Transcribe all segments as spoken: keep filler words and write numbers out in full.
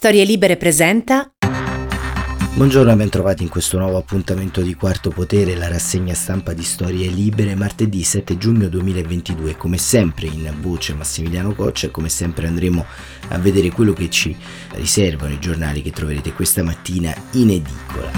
Storie Libere presenta. Buongiorno e bentrovati in questo nuovo appuntamento di Quarto Potere, la rassegna stampa di Storie Libere, martedì sette giugno duemilaventidue. Come sempre in voce Massimiliano Coccia e come sempre andremo a vedere quello che ci riservano i giornali che troverete questa mattina in edicola.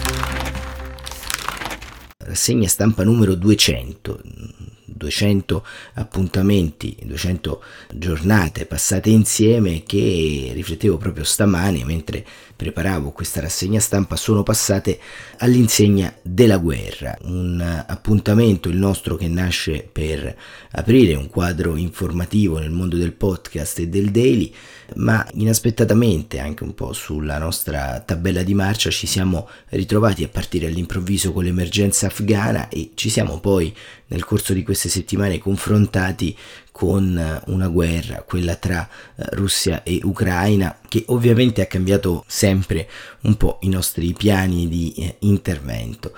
Rassegna stampa numero duecento. duecento appuntamenti, duecento giornate passate insieme che riflettevo proprio stamani mentre preparavo questa rassegna stampa, sono passate all'insegna della guerra. Un appuntamento, il nostro, che nasce per aprire un quadro informativo nel mondo del podcast e del daily, ma inaspettatamente anche un po' sulla nostra tabella di marcia ci siamo ritrovati a partire all'improvviso con l'emergenza afghana e ci siamo poi nel corso di queste settimane confrontati con una guerra, quella tra Russia e Ucraina, che ovviamente ha cambiato sempre un po' i nostri piani di eh, intervento.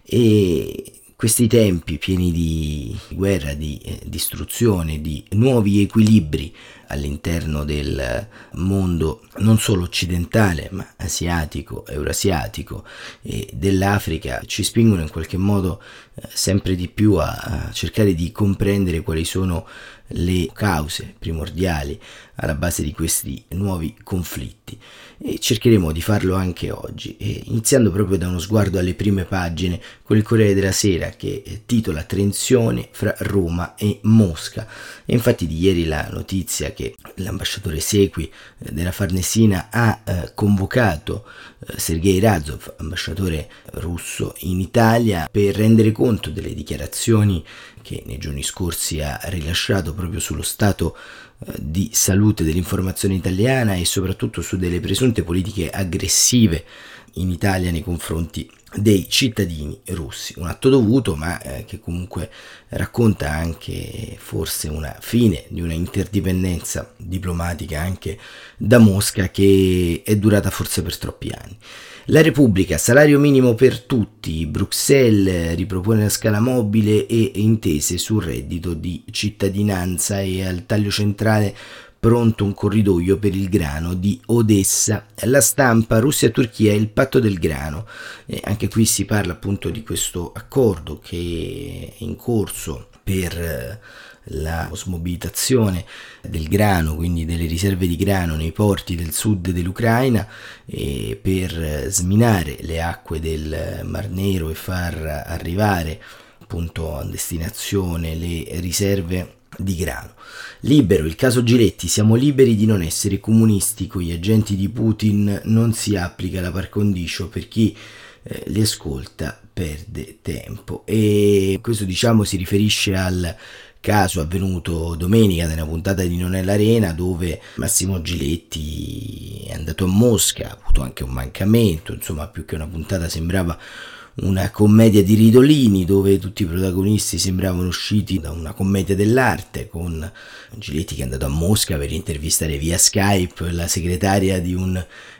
E questi tempi pieni di guerra, di eh, distruzione, di nuovi equilibri all'interno del mondo non solo occidentale ma asiatico, eurasiatico e dell'Africa ci spingono in qualche modo eh, sempre di più a, a cercare di comprendere quali sono le cause primordiali alla base di questi nuovi conflitti, e cercheremo di farlo anche oggi, e iniziando proprio da uno sguardo alle prime pagine con il Corriere della Sera che titola "Tensione fra Roma e Mosca". E infatti di ieri la notizia che l'ambasciatore Sequi della Farnesina ha eh, convocato eh, Sergei Razov, ambasciatore russo in Italia, per rendere conto delle dichiarazioni che nei giorni scorsi ha rilasciato proprio sullo stato eh, di salute dell'informazione italiana e soprattutto su delle presunte politiche aggressive in Italia nei confronti dei cittadini russi. Un atto dovuto, ma eh, che comunque racconta anche forse una fine di una interdipendenza diplomatica anche da Mosca che è durata forse per troppi anni. La Repubblica, salario minimo per tutti, Bruxelles ripropone la scala mobile e intese sul reddito di cittadinanza, e al taglio centrale pronto un corridoio per il grano di Odessa. La Stampa, Russia e Turchia e il patto del grano. E anche qui si parla appunto di questo accordo che è in corso per la smobilitazione del grano, quindi delle riserve di grano nei porti del sud dell'Ucraina, e per sminare le acque del Mar Nero e far arrivare appunto a destinazione le riserve di grano. Libero, il caso Giletti, siamo liberi di non essere comunisti, con gli agenti di Putin non si applica la par condicio, per chi eh, li ascolta perde tempo. E questo, diciamo, si riferisce al caso avvenuto domenica nella puntata di Non è l'Arena, dove Massimo Giletti è andato a Mosca, ha avuto anche un mancamento, insomma più che una puntata sembrava una commedia di ridolini dove tutti i protagonisti sembravano usciti da una commedia dell'arte, con Giletti che è andato a Mosca per intervistare via Skype la segretaria di un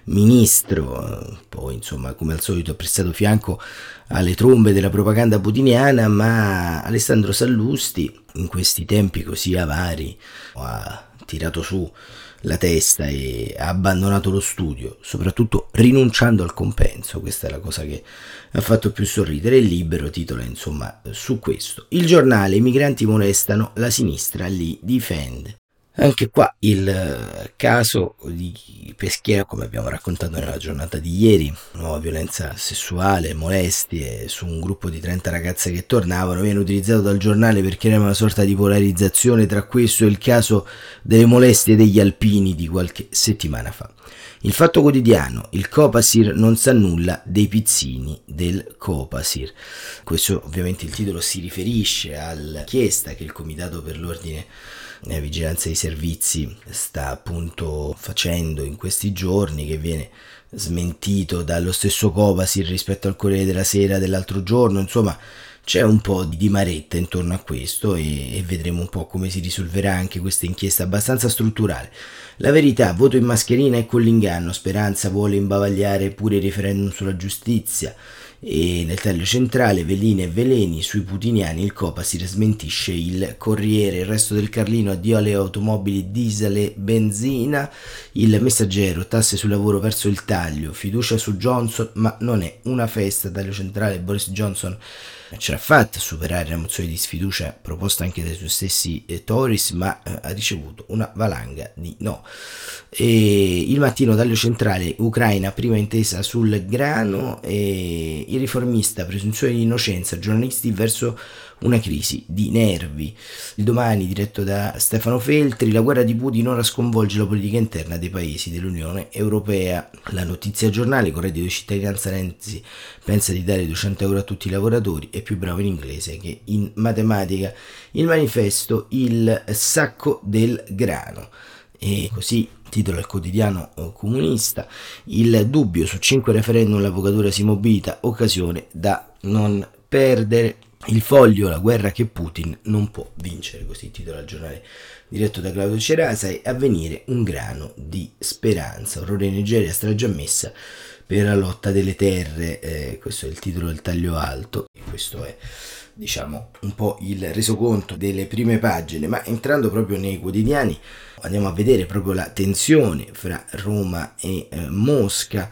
ministro, poi insomma come al solito ha prestato fianco alle trombe della propaganda putiniana, ma Alessandro Sallusti in questi tempi così avari ha tirato su la testa e ha abbandonato lo studio, soprattutto rinunciando al compenso. Questa è la cosa che ha fatto più sorridere. Il Libero titola insomma su questo. Il Giornale, i migranti molestano, la sinistra li difende. Anche qua il caso di Peschiera, come abbiamo raccontato nella giornata di ieri, nuova violenza sessuale, molestie su un gruppo di trenta ragazze che tornavano, viene utilizzato dal Giornale per creare una sorta di polarizzazione tra questo e il caso delle molestie degli alpini di qualche settimana fa. Il Fatto Quotidiano, il Copasir non sa nulla dei pizzini del Copasir. Questo ovviamente il titolo si riferisce alla richiesta che il Comitato per l'Ordine e Vigilanza dei Servizi sta appunto facendo in questi giorni, che viene smentito dallo stesso Copasir rispetto al Corriere della Sera dell'altro giorno. Insomma c'è un po' di maretta intorno a questo e, e vedremo un po' come si risolverà anche questa inchiesta abbastanza strutturale. La Verità, voto in mascherina e con l'inganno, Speranza vuole imbavagliare pure il referendum sulla giustizia, E nel taglio centrale, velline e veleni sui putiniani, il Copasir smentisce il Corriere. Il Resto del Carlino, addio alle automobili diesel e benzina. Il Messaggero, tasse sul lavoro verso il taglio, fiducia su Johnson ma non è una festa. Taglio centrale, Boris Johnson ce l'ha fatta a superare la mozione di sfiducia proposta anche dai suoi stessi eh, Tories, ma eh, ha ricevuto una valanga di no. E il Mattino, taglio centrale, Ucraina, prima intesa sul grano, e il Riformista, presunzione di innocenza, giornalisti verso una crisi di nervi. Il Domani, diretto da Stefano Feltri, la guerra di Putin ora sconvolge la politica interna dei paesi dell'Unione Europea. La Notizia Giornale, con reddito di cittadinanza Renzi pensa di dare duecento euro a tutti i lavoratori, è più bravo in inglese che in matematica. Il Manifesto, il sacco del grano. E così titola il quotidiano comunista. Il Dubbio, su cinque referendum l'avvocatura si mobilita, occasione da non perdere. Il Foglio, la guerra che Putin non può vincere, così titola il giornale diretto da Claudio Cerasa. E Avvenire, un grano di speranza, orrore in Nigeria, strage ammessa per la lotta delle terre, eh, questo è il titolo del taglio alto, e questo è, diciamo, un po' il resoconto delle prime pagine. Ma entrando proprio nei quotidiani, andiamo a vedere proprio la tensione fra Roma e eh, Mosca,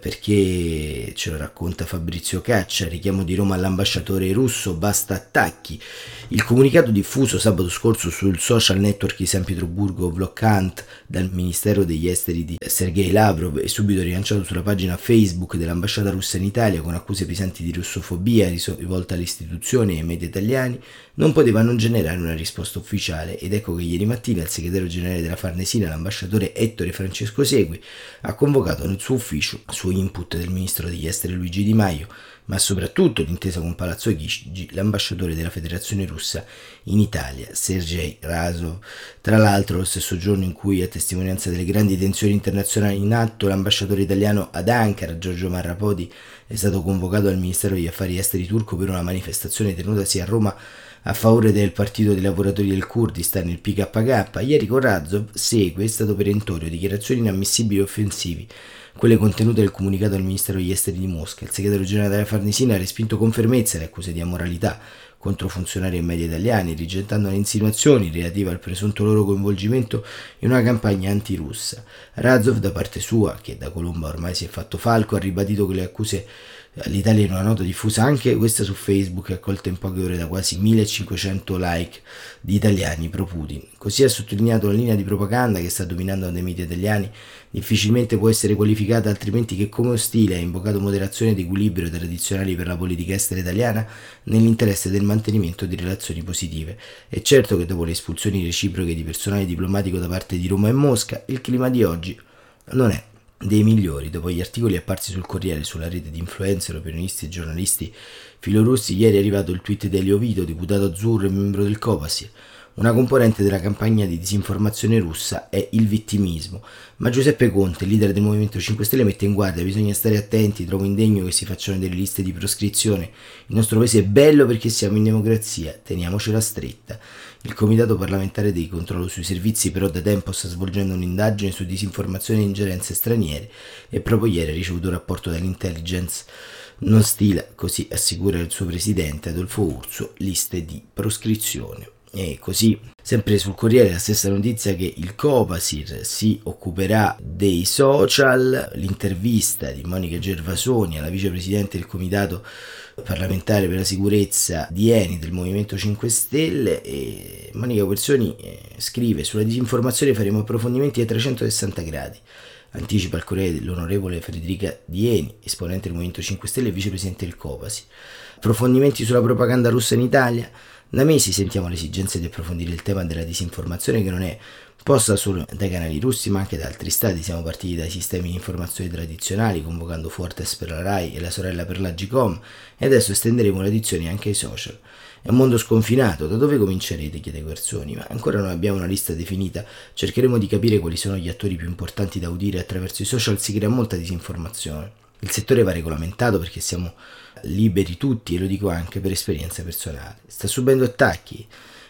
perché ce lo racconta Fabrizio Caccia. Richiamo di Roma all'ambasciatore russo, basta attacchi. Il comunicato diffuso sabato scorso sul social network di San Pietroburgo Vlogant dal Ministero degli Esteri di Sergei Lavrov è subito rilanciato sulla pagina Facebook dell'ambasciata russa in Italia con accuse pesanti di russofobia rivolte alle istituzioni e ai media italiani. Non poteva non generare una risposta ufficiale, ed ecco che ieri mattina il segretario generale della Farnesina, l'ambasciatore Ettore Francesco Segui, ha convocato nel suo ufficio, su input del ministro degli esteri Luigi Di Maio, ma soprattutto d'intesa con Palazzo Chigi, l'ambasciatore della Federazione Russa in Italia, Sergei Razov. Tra l'altro, lo stesso giorno in cui, a testimonianza delle grandi tensioni internazionali in atto, l'ambasciatore italiano ad Ankara, Giorgio Marrapodi, è stato convocato dal Ministero degli Affari Esteri turco per una manifestazione tenutasi a Roma a favore del partito dei lavoratori del Kurdistan, il P K K. Ieri con Razov segue, è stato perentorio, dichiarazioni inammissibili e offensivi, quelle contenute nel comunicato del Ministero degli Esteri di Mosca. Il segretario generale della Farnesina ha respinto con fermezza le accuse di amoralità contro funzionari e media italiani, rigettando le insinuazioni relative al presunto loro coinvolgimento in una campagna antirussa. Razov, da parte sua, che da Colomba ormai si è fatto falco, ha ribadito che le accuse all'Italia, in una nota diffusa anche questa su Facebook, è accolta in poche ore da quasi millecinquecento like di italiani pro Putin. Così ha sottolineato la linea di propaganda che sta dominando dai media italiani, difficilmente può essere qualificata altrimenti che come ostile. Ha invocato moderazione ed equilibrio tradizionali per la politica estera italiana nell'interesse del mantenimento di relazioni positive. È certo che dopo le espulsioni reciproche di personale diplomatico da parte di Roma e Mosca, il clima di oggi non è dei migliori. Dopo gli articoli apparsi sul Corriere sulla rete di influencer, opinionisti e giornalisti filorussi, ieri è arrivato il tweet di Elio Vito, deputato azzurro e membro del Copasir. Una componente della campagna di disinformazione russa è il vittimismo, ma Giuseppe Conte, leader del Movimento cinque Stelle, mette in guardia: bisogna stare attenti, trovo indegno che si facciano delle liste di proscrizione. Il nostro paese è bello perché siamo in democrazia, teniamocela stretta. Il Comitato parlamentare di controllo sui servizi però da tempo sta svolgendo un'indagine su disinformazione e ingerenze straniere, e proprio ieri ha ricevuto un rapporto dall'intelligence. Non stila, così assicura il suo presidente Adolfo Urso, liste di proscrizione. E così, sempre sul Corriere, la stessa notizia che il Copasir si occuperà dei social. L'intervista di Monica Gervasoni alla vicepresidente del Comitato parlamentare per la sicurezza di Eni del Movimento cinque Stelle, e Monica Guerzoni eh, scrive: sulla disinformazione faremo approfondimenti a trecentosessanta gradi. Anticipa al Corriere l'onorevole Federica Di Eni, esponente del Movimento cinque Stelle e vicepresidente del Copasir. Approfondimenti sulla propaganda russa in Italia. Da mesi sentiamo l'esigenza di approfondire il tema della disinformazione, che non è posta solo dai canali russi ma anche da altri stati. Siamo partiti dai sistemi di informazione tradizionali, convocando Fortes per la Rai e la sorella per l'Agicom, e adesso estenderemo le edizioni anche ai social. È un mondo sconfinato, da dove comincerete? Chiede Guerzoni, ma ancora non abbiamo una lista definita, cercheremo di capire quali sono gli attori più importanti da udire. Attraverso i social si crea molta disinformazione. Il settore va regolamentato perché siamo liberi tutti, e lo dico anche per esperienza personale. Sta subendo attacchi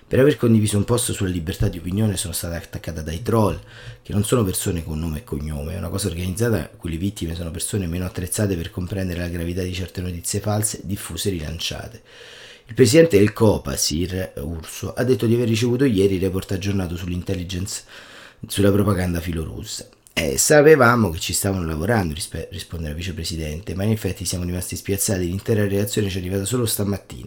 Per aver condiviso un post sulla libertà di opinione sono stata attaccata dai troll, che non sono persone con nome e cognome, è una cosa organizzata a cui le vittime sono persone meno attrezzate per comprendere la gravità di certe notizie false diffuse e rilanciate. Il presidente del Copasir, Urso, ha detto di aver ricevuto ieri il report aggiornato sull'intelligence sulla propaganda filorussa. Eh, sapevamo che ci stavano lavorando, rispe- risponde la vicepresidente, ma in effetti siamo rimasti spiazzati, l'intera reazione ci è arrivata solo stamattina.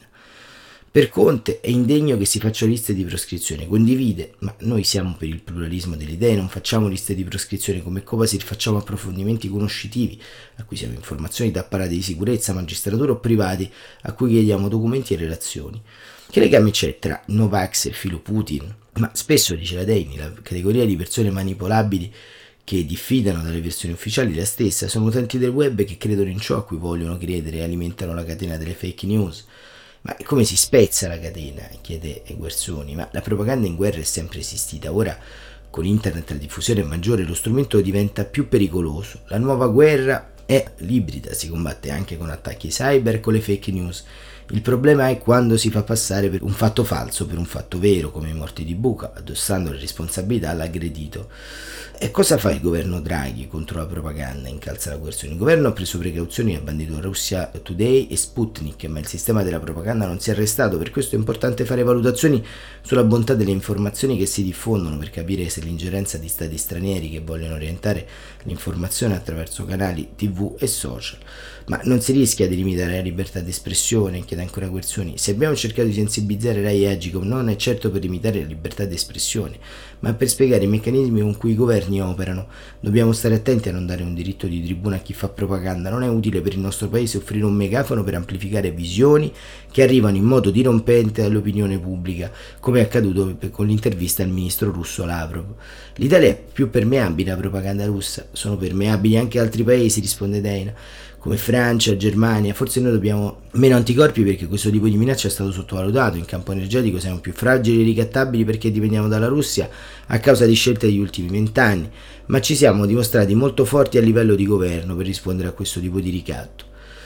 Per Conte è indegno che si facciano liste di proscrizione, condivide, ma noi siamo per il pluralismo delle idee, non facciamo liste di proscrizione come Copasir, facciamo approfondimenti conoscitivi, acquisiamo informazioni da apparati di sicurezza, magistratura o privati, a cui chiediamo documenti e relazioni. Che legame c'è tra Novax e filo Putin? Ma spesso, dice la Deini, la categoria di persone manipolabili che diffidano dalle versioni ufficiali la stessa sono utenti del web che credono in ciò a cui vogliono credere e alimentano la catena delle fake news. Ma come si spezza la catena? Chiede Guerzoni. Ma la propaganda in guerra è sempre esistita. Ora, con internet la diffusione è maggiore, lo strumento diventa più pericoloso. La nuova guerra è ibrida, si combatte anche con attacchi cyber e con le fake news. Il problema è quando si fa passare per un fatto falso per un fatto vero, come i morti di Bucha, addossando le responsabilità all'aggredito. E cosa fa il governo Draghi contro la propaganda? Incalza la Guerzoni. Il governo ha preso precauzioni e ha bandito Russia Today e Sputnik, ma il sistema della propaganda non si è arrestato. Per questo è importante fare valutazioni sulla bontà delle informazioni che si diffondono, per capire se l'ingerenza di stati stranieri che vogliono orientare l'informazione attraverso canali tivù e social. Ma non si rischia di limitare la libertà di espressione? Chiede ancora Guerzoni. Se abbiamo cercato di sensibilizzare Rai e Agicom non è certo per limitare la libertà di espressione, ma per spiegare i meccanismi con cui i governi operano. Dobbiamo stare attenti a non dare un diritto di tribuna a chi fa propaganda. Non è utile per il nostro paese offrire un megafono per amplificare visioni che arrivano in modo dirompente all'opinione pubblica, come è accaduto con l'intervista al ministro russo Lavrov. L'Italia è più permeabile alla propaganda russa, sono permeabili anche altri paesi, risponde Deina, come Francia, Germania. Forse noi dobbiamo meno anticorpi perché questo tipo di minaccia è stato sottovalutato. In campo energetico siamo più fragili e ricattabili perché dipendiamo dalla Russia a causa di scelte degli ultimi vent'anni, ma ci siamo dimostrati molto forti a livello di governo per rispondere a questo tipo di ricatto.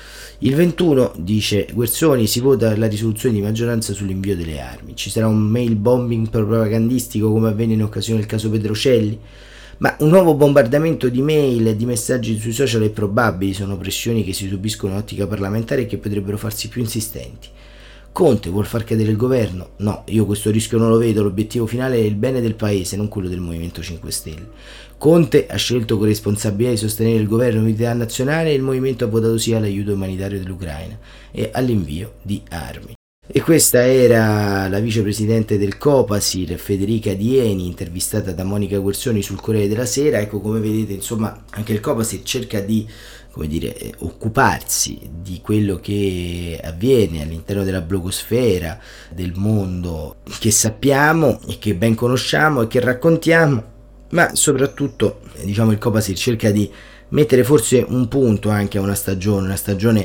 Il ventuno, dice Guerzoni, si vota la risoluzione di maggioranza sull'invio delle armi. Ci sarà un mail bombing propagandistico come avvenne in occasione del caso Petrocelli? Ma un nuovo bombardamento di mail e di messaggi sui social è probabile, sono pressioni che si subiscono in ottica parlamentare e che potrebbero farsi più insistenti. Conte vuol far cadere il governo? No, io questo rischio non lo vedo, l'obiettivo finale è il bene del paese, non quello del Movimento cinque Stelle. Conte ha scelto con responsabilità di sostenere il governo di unità nazionale e il movimento ha votato sì all'aiuto umanitario dell'Ucraina e all'invio di armi. E questa era la vicepresidente del Copasir, Federica Dieni, intervistata da Monica Guerzoni sul Corriere della Sera. Ecco, come vedete, insomma, anche il Copasir cerca di, come dire, occuparsi di quello che avviene all'interno della blogosfera, del mondo che sappiamo e che ben conosciamo e che raccontiamo, ma soprattutto, diciamo, il Copasir cerca di mettere forse un punto anche a una stagione, una stagione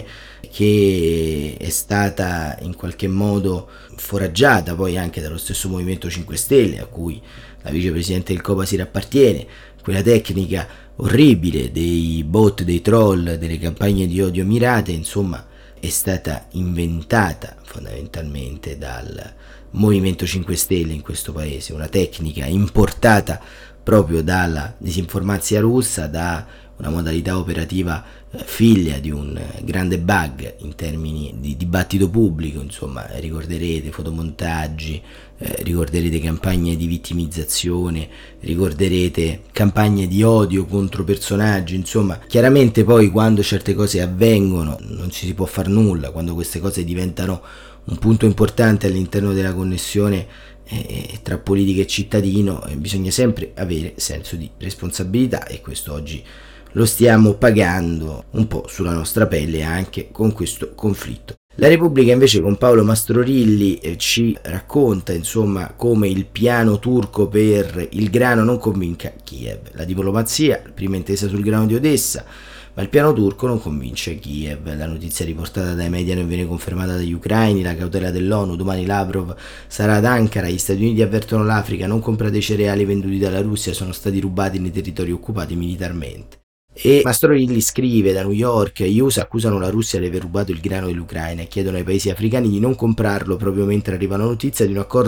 che è stata in qualche modo foraggiata poi anche dallo stesso Movimento cinque Stelle, a cui la vicepresidente del Copasir appartiene. Quella tecnica orribile dei bot, dei troll, delle campagne di odio mirate, insomma, è stata inventata fondamentalmente dal Movimento cinque Stelle in questo paese, una tecnica importata proprio dalla disinformazia russa, da una modalità operativa eh, figlia di un eh, grande bug in termini di dibattito pubblico. Insomma, ricorderete fotomontaggi, eh, ricorderete campagne di vittimizzazione, ricorderete campagne di odio contro personaggi. Insomma, chiaramente poi quando certe cose avvengono non ci si può far nulla, quando queste cose diventano un punto importante all'interno della connessione eh, tra politica e cittadino, eh, bisogna sempre avere senso di responsabilità, e questo oggi lo stiamo pagando un po' sulla nostra pelle anche con questo conflitto. La Repubblica invece con Paolo Mastrorilli eh, ci racconta insomma come il piano turco per il grano non convinca Kiev. La diplomazia, prima intesa sul grano di Odessa, ma il piano turco non convince Kiev. La notizia riportata dai media non viene confermata dagli ucraini, la cautela dell'ONU, domani Lavrov sarà ad Ankara, gli Stati Uniti avvertono l'Africa, non comprate i cereali venduti dalla Russia, sono stati rubati nei territori occupati militarmente. E Mastrorilli scrive da New York: gli U S A accusano la Russia di aver rubato il grano dell'Ucraina e chiedono ai paesi africani di non comprarlo proprio mentre arriva la notizia di un accordo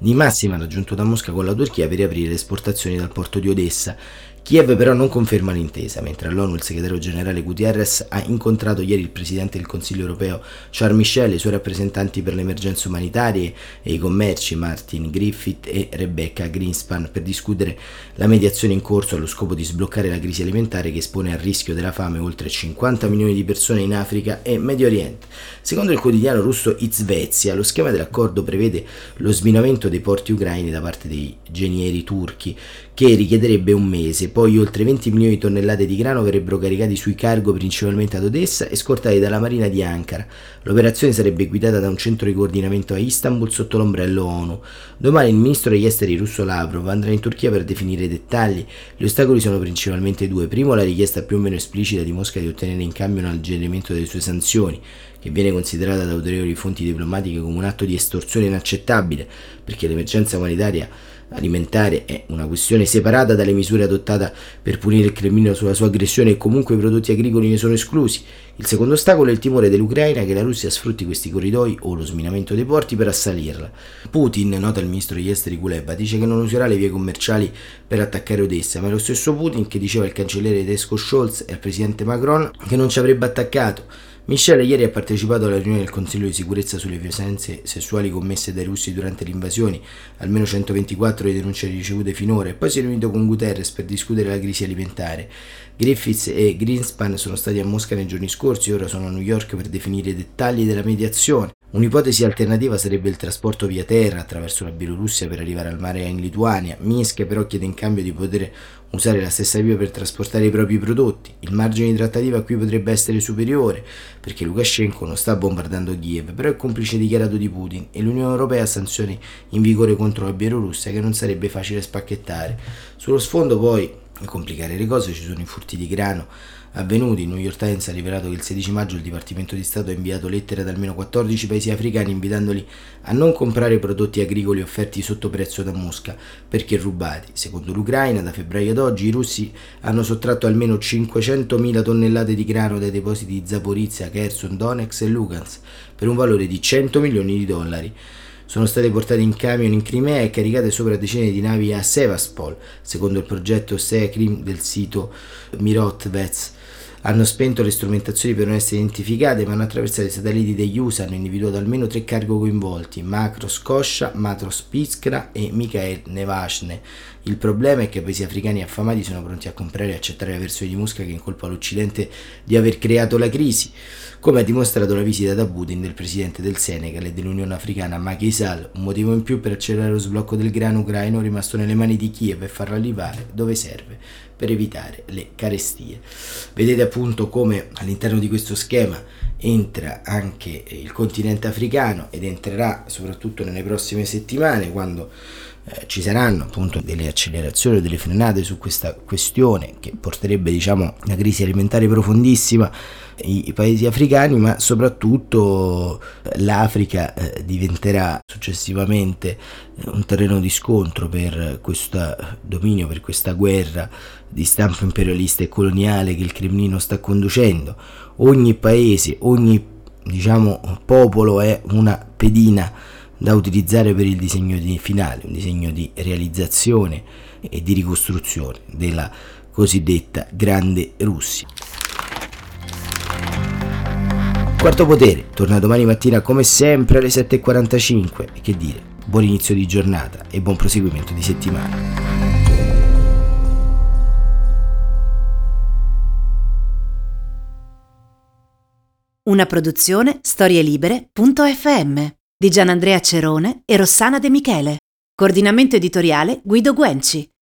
di massima raggiunto da Mosca con la Turchia per riaprire le esportazioni dal porto di Odessa. Kiev però non conferma l'intesa, mentre all'ONU il segretario generale Guterres ha incontrato ieri il presidente del Consiglio europeo Charles Michel e i suoi rappresentanti per le emergenze umanitarie e i commerci Martin Griffith e Rebecca Greenspan per discutere la mediazione in corso allo scopo di sbloccare la crisi alimentare che espone al rischio della fame oltre cinquanta milioni di persone in Africa e Medio Oriente. Secondo il quotidiano russo Izvezia, lo schema dell'accordo prevede lo sminamento dei porti ucraini da parte dei genieri turchi, che richiederebbe un mese. Poi oltre venti milioni di tonnellate di grano verrebbero caricati sui cargo principalmente ad Odessa e scortati dalla marina di Ankara. L'operazione sarebbe guidata da un centro di coordinamento a Istanbul sotto l'ombrello ONU. Domani il ministro degli esteri russo Lavrov andrà in Turchia per definire i dettagli. Gli ostacoli sono principalmente due. Primo, la richiesta più o meno esplicita di Mosca di ottenere in cambio un alleggerimento delle sue sanzioni, che viene considerata da autorevoli fonti diplomatiche come un atto di estorsione inaccettabile, perché l'emergenza umanitaria alimentare è una questione separata dalle misure adottate per punire il Cremlino sulla sua aggressione e comunque i prodotti agricoli ne sono esclusi. Il secondo ostacolo è il timore dell'Ucraina che la Russia sfrutti questi corridoi o lo sminamento dei porti per assalirla. Putin, nota il ministro degli esteri Kuleba, dice che non userà le vie commerciali per attaccare Odessa, ma è lo stesso Putin che diceva al cancelliere tedesco Scholz e al presidente Macron che non ci avrebbe attaccato. Michel ieri ha partecipato alla riunione del Consiglio di sicurezza sulle violenze sessuali commesse dai russi durante le invasioni, almeno centoventiquattro le denunce ricevute finora, e poi si è riunito con Guterres per discutere la crisi alimentare. Griffiths e Greenspan sono stati a Mosca nei giorni scorsi e ora sono a New York per definire i dettagli della mediazione. Un'ipotesi alternativa sarebbe il trasporto via terra attraverso la Bielorussia per arrivare al mare in Lituania. Minsk però chiede in cambio di poter usare la stessa via per trasportare i propri prodotti. Il margine di trattativa qui potrebbe essere superiore, perché Lukashenko non sta bombardando Kiev, però è complice dichiarato di Putin e l'Unione Europea ha sanzioni in vigore contro la Bielorussia che non sarebbe facile spacchettare. Sullo sfondo poi, a complicare le cose, ci sono i furti di grano avvenuti. Il New York Times ha rivelato che il sedici maggio il Dipartimento di Stato ha inviato lettere ad almeno quattordici paesi africani invitandoli a non comprare prodotti agricoli offerti sotto prezzo da Mosca perché rubati. Secondo l'Ucraina, da febbraio ad oggi i russi hanno sottratto almeno cinquecentomila tonnellate di grano dai depositi di Zaporizhzhia, Kherson, Donetsk e Lugansk per un valore di cento milioni di dollari. Sono state portate in camion in Crimea e caricate sopra decine di navi a Sevastopol. Secondo il progetto SECRIM del sito Mirotvets, hanno spento le strumentazioni per non essere identificate, ma hanno attraversato i satelliti degli U S A, hanno individuato almeno tre cargo coinvolti: Makros Kosha, Matros Piskra e Mikhail Nevashne. Il problema è che i paesi africani affamati sono pronti a comprare e accettare la versione di Mosca che incolpa l'Occidente di aver creato la crisi, come ha dimostrato la visita da Putin del presidente del Senegal e dell'Unione Africana Macky Sall, un motivo in più per accelerare lo sblocco del grano ucraino rimasto nelle mani di Kiev e farlo arrivare dove serve per evitare le carestie. Vedete appunto come all'interno di questo schema entra anche il continente africano ed entrerà soprattutto nelle prossime settimane, quando eh, ci saranno appunto delle accelerazioni o delle frenate su questa questione che porterebbe, diciamo, una crisi alimentare profondissima i, i paesi africani, ma soprattutto l'Africa eh, diventerà successivamente eh, un terreno di scontro per questo dominio, per questa guerra di stampo imperialista e coloniale che il Cremlino sta conducendo. Ogni paese, ogni, diciamo, popolo è una pedina da utilizzare per il disegno di finale, un disegno di realizzazione e di ricostruzione della cosiddetta Grande Russia. Quarto Potere torna domani mattina come sempre alle sette e quarantacinque. E che dire, buon inizio di giornata e buon proseguimento di settimana. Una produzione storielibere punto effe emme di Gianandrea Cerone e Rossana De Michele. Coordinamento editoriale Guido Guenci.